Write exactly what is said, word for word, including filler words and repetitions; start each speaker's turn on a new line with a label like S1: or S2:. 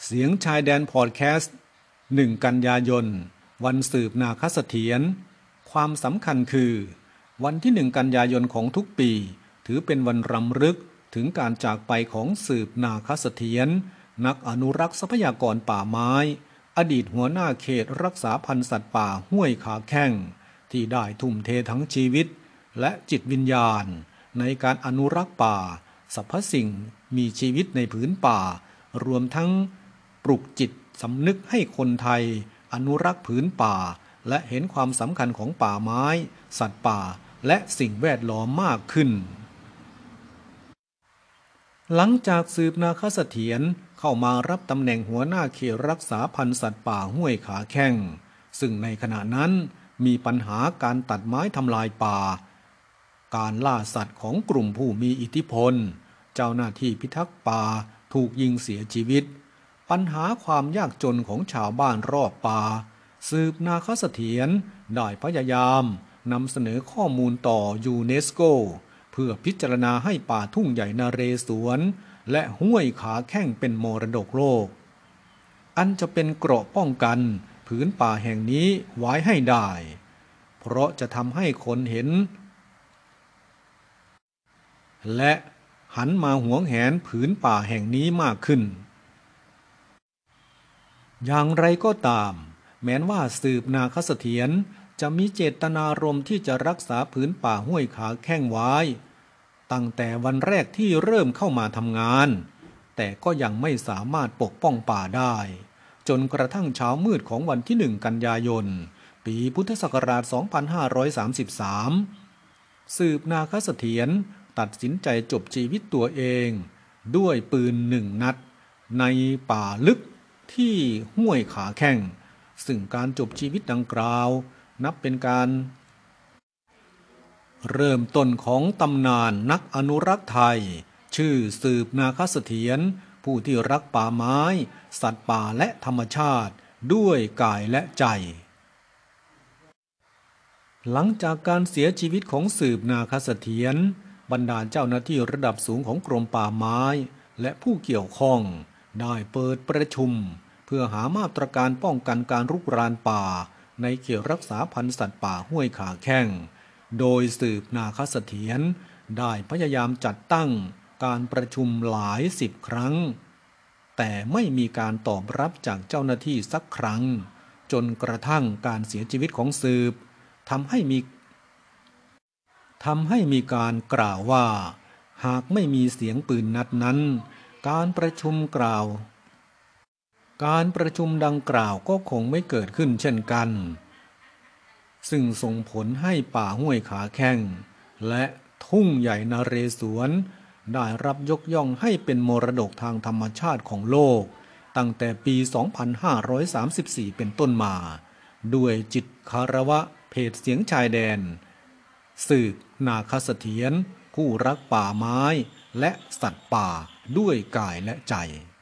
S1: เสียงชายแดนพอดแคสต์หนึ่งกันยายนวันสืบนาคเสถียรความสำคัญคือวันที่หนึ่งกันยายนของทุกปีถือเป็นวันรำลึกถึงการจากไปของสืบนาคเสถียรนักอนุรักษ์ทรัพยากรป่าไม้อดีตหัวหน้าเขตรักษาพันธุ์สัตว์ป่าห้วยขาแข้งที่ได้ทุ่มเททั้งชีวิตและจิตวิญญาณในการอนุรักษ์ป่าสรรพสิ่งมีชีวิตในผืนป่ารวมทั้งปลุกจิตสำนึกให้คนไทยอนุรักษ์ผืนป่าและเห็นความสำคัญของป่าไม้สัตว์ป่าและสิ่งแวดล้อมมากขึ้นหลังจากสืบนาคเสถียรเข้ามารับตำแหน่งหัวหน้าเขตรักษาพันธุ์สัตว์ป่าห้วยขาแข้งซึ่งในขณะนั้นมีปัญหาการตัดไม้ทำลายป่าการล่าสัตว์ของกลุ่มผู้มีอิทธิพลเจ้าหน้าที่พิทักษ์ป่าถูกยิงเสียชีวิตปัญหาความยากจนของชาวบ้านรอบป่าสืบนาคเสถียรได้พยายามนำเสนอข้อมูลต่อยูเนสโกเพื่อพิจารณาให้ป่าทุ่งใหญ่นเรศวรและห้วยขาแข้งเป็นมรดกโลกอันจะเป็นเกราะป้องกันผืนป่าแห่งนี้ไว้ให้ได้เพราะจะทำให้คนเห็นและหันมาหวงแหนผืนป่าแห่งนี้มากขึ้นอย่างไรก็ตามแม้ว่าสืบนาคเสถียรจะมีเจตนารมณ์ที่จะรักษาผืนป่าห้วยขาแข้งไว้ตั้งแต่วันแรกที่เริ่มเข้ามาทำงานแต่ก็ยังไม่สามารถปกป้องป่าได้จนกระทั่งเช้ามืดของวันที่หนึ่งกันยายนปีพุทธศักราชสองพันห้าร้อยสามสิบสามสืบนาคเสถียรตัดสินใจจบชีวิตตัวเองด้วยปืนหนึ่งนัดในป่าลึกที่ห้วยขาแข้งซึ่งการจบชีวิตดังกล่าวนับเป็นการเริ่มต้นของตำนานนักอนุรักษ์ไทยชื่อสืบนาคเสถียรผู้ที่รักป่าไม้สัตว์ป่าและธรรมชาติด้วยกายและใจหลังจากการเสียชีวิตของสืบนาคเสถียรบรรดาเจ้าหน้าที่ระดับสูงของกรมป่าไม้และผู้เกี่ยวข้องได้เปิดประชุมเพื่อหามาตรการป้องกันการรุกรานป่าในเขตรักษาพันธุ์สัตว์ป่าห้วยขาแข้งโดยสืบนาคเสถียรได้พยายามจัดตั้งการประชุมหลายสิบครั้งแต่ไม่มีการตอบรับจากเจ้าหน้าที่สักครั้งจนกระทั่งการเสียชีวิตของสืบทำให้มีทำให้มีการกล่าวว่าหากไม่มีเสียงปืนนัดนั้นการประชุมกล่าวการประชุมดังกล่าวก็คงไม่เกิดขึ้นเช่นกันซึ่งส่งผลให้ป่าห้วยขาแข้งและทุ่งใหญ่นเรศวรได้รับยกย่องให้เป็นมรดกทางธรรมชาติของโลกตั้งแต่ปี สองพันห้าร้อยสามสิบสี่ เป็นต้นมาด้วยจิตคารวะเพจเสียงชายแดนสืบนาคเสถียรผู้รักป่าไม้และสัตว์ป่าด้วยกายและใจ